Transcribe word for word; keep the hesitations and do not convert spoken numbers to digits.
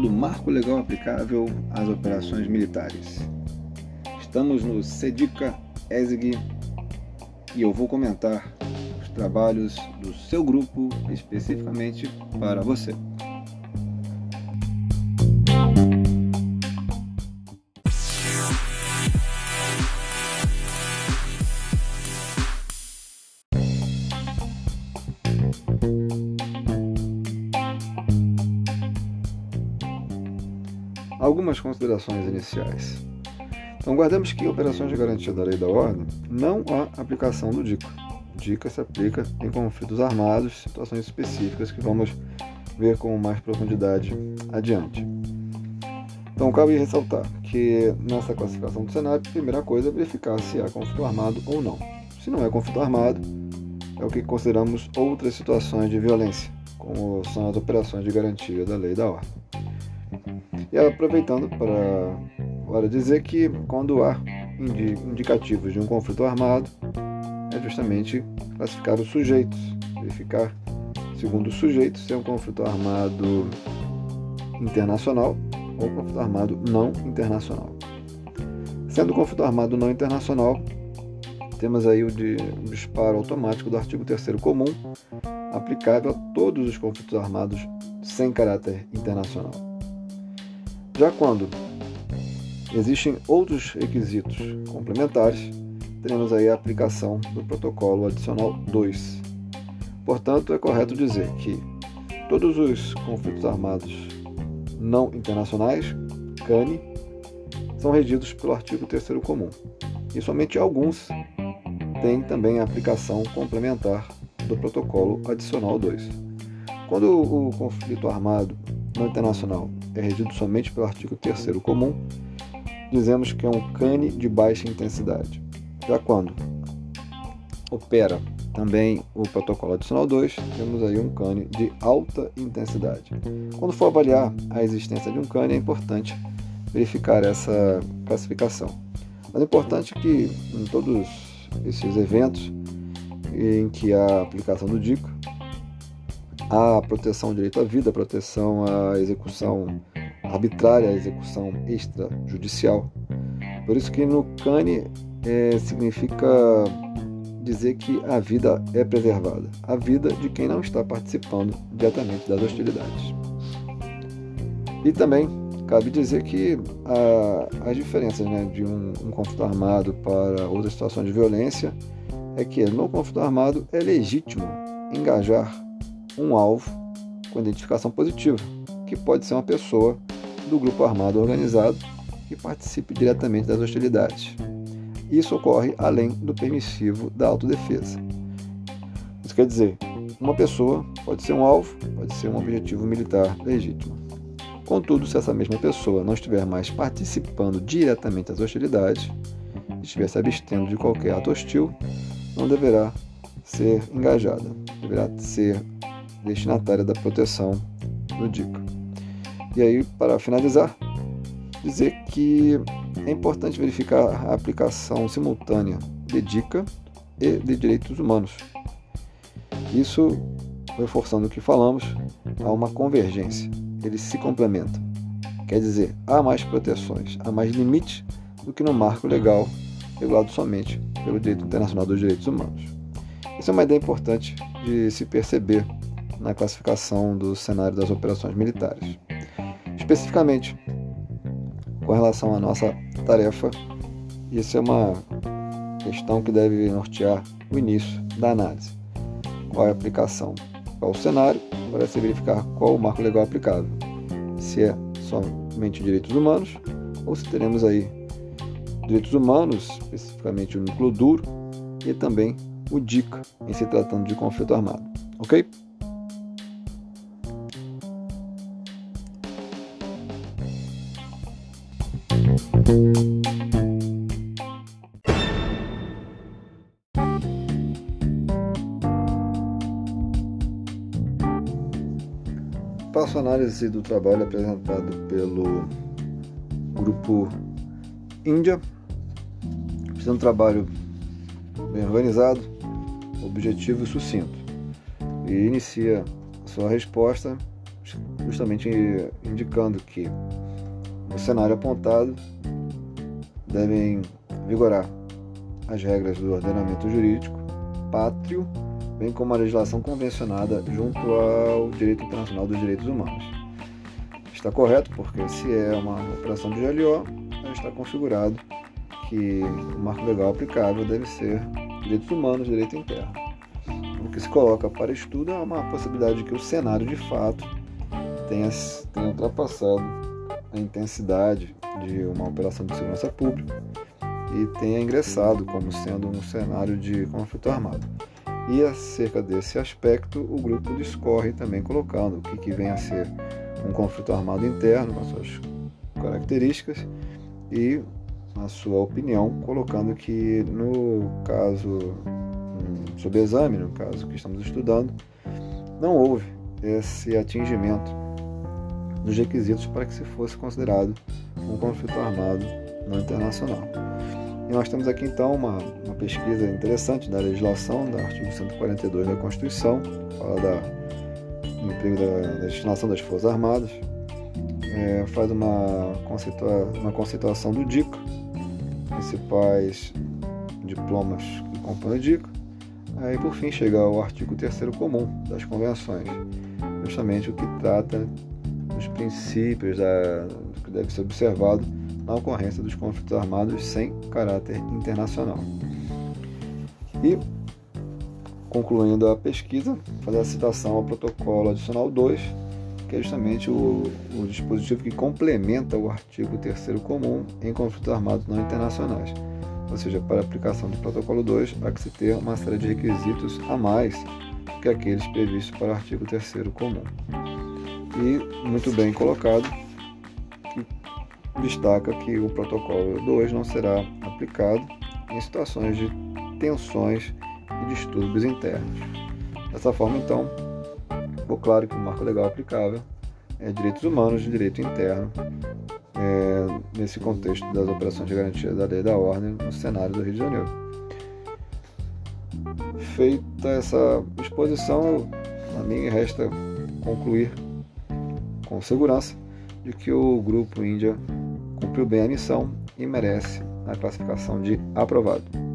do Marco Legal aplicável às operações militares. Estamos no CEDICA E S G e eu vou comentar os trabalhos do seu grupo especificamente para você. Algumas considerações iniciais. Então, guardemos que em operações de garantia da lei e da ordem não há aplicação do DICA. O DICA se aplica em conflitos armados, situações específicas que vamos ver com mais profundidade adiante. Então, cabe ressaltar que nessa classificação do cenário, a primeira coisa é verificar se há conflito armado ou não. Se não é conflito armado, é o que consideramos outras situações de violência, como são as operações de garantia da lei e da ordem. E aproveitando para, para dizer que quando há indi, indicativos de um conflito armado, é justamente classificar os sujeitos, verificar, segundo os sujeitos, se é um conflito armado internacional ou conflito armado não internacional. Sendo conflito armado não internacional, temos aí o, de, o disparo automático do artigo terceiro comum, aplicável a todos os conflitos armados sem caráter internacional. Já quando existem outros requisitos complementares, teremos aí a aplicação do protocolo adicional dois. Portanto, é correto dizer que todos os conflitos armados não internacionais, C A N, são regidos pelo artigo terceiro comum, e somente alguns têm também a aplicação complementar do protocolo adicional dois. Quando o conflito armado não internacional é regido somente pelo artigo terceiro comum, dizemos que é um C A N de baixa intensidade. Já quando opera também o protocolo adicional dois, temos aí um C A N de alta intensidade. Quando for avaliar a existência de um C A N, é importante verificar essa classificação. Mas é importante que em todos esses eventos em que há aplicação do DICA, a proteção ao direito à vida, a proteção à execução arbitrária, à execução extrajudicial. Por isso que no C A N é, significa dizer que a vida é preservada, a vida de quem não está participando diretamente das hostilidades. E também cabe dizer que a, as diferenças, né, de um, um conflito armado para outras situações de violência é que no conflito armado é legítimo engajar um alvo com identificação positiva, que pode ser uma pessoa do grupo armado organizado que participe diretamente das hostilidades. Isso ocorre além do permissivo da autodefesa. Isso quer dizer, uma pessoa pode ser um alvo, pode ser um objetivo militar legítimo. Contudo, se essa mesma pessoa não estiver mais participando diretamente das hostilidades, estiver se abstendo de qualquer ato hostil, não deverá ser engajada, deverá ser destinatária da proteção do DICA. E aí, para finalizar, dizer que é importante verificar a aplicação simultânea de DICA e de direitos humanos. Isso, reforçando o que falamos, há uma convergência, eles se complementam. Quer dizer, há mais proteções, há mais limites do que no marco legal regulado somente pelo direito internacional dos direitos humanos. Essa é uma ideia importante de se perceber na classificação do cenário das operações militares. Especificamente, com relação à nossa tarefa, isso é uma questão que deve nortear o início da análise. Qual é a aplicação? Qual o cenário? Para se verificar qual o marco legal aplicável. Se é somente direitos humanos, ou se teremos aí direitos humanos, especificamente o núcleo duro, e também o DICA, em se tratando de conflito armado. Ok? Passo a análise do trabalho apresentado pelo grupo Índia. Fiz um trabalho bem organizado, objetivo e sucinto. E inicia a sua resposta justamente indicando que no cenário apontado devem vigorar as regras do ordenamento jurídico pátrio, bem como a legislação convencionada junto ao direito internacional dos direitos humanos. Está correto, porque se é uma operação de G L O, já está configurado que o marco legal aplicável deve ser direitos humanos, direito interno. O que se coloca para estudo é uma possibilidade de que o cenário de fato tenha, tenha ultrapassado a intensidade de uma operação de segurança pública e tenha ingressado como sendo um cenário de conflito armado. E acerca desse aspecto, o grupo discorre também colocando o que, que vem a ser um conflito armado interno, com suas características, e a sua opinião, colocando que no caso, sob exame, no caso que estamos estudando, não houve esse atingimento dos requisitos para que se fosse considerado um conflito armado não internacional. E nós temos aqui então uma, uma pesquisa interessante da legislação, do artigo cento e quarenta e dois da Constituição, fala da, do emprego da, da destinação das Forças Armadas, é, faz uma, conceitua, uma conceituação do DICA, principais diplomas que compõem o DICA, e por fim chega ao artigo terceiro comum das convenções, justamente o que trata dos princípios da, do que deve ser observado na ocorrência dos conflitos armados sem caráter internacional. E, concluindo a pesquisa, fazer a citação ao protocolo adicional dois, que é justamente o, o dispositivo que complementa o artigo terceiro comum em conflitos armados não internacionais. Ou seja, para a aplicação do protocolo dois, há que se ter uma série de requisitos a mais que aqueles previstos para o artigo terceiro comum. E, muito bem colocado, que destaca que o protocolo dois não será aplicado em situações de tensões e distúrbios internos. Dessa forma, então, ficou claro que o marco legal aplicável é direitos humanos e direito interno, é, nesse contexto das operações de garantia da lei e da ordem no cenário do Rio de Janeiro. Feita essa exposição, a mim resta concluir com segurança de que o Grupo Índia cumpriu bem a missão e merece a classificação de aprovado.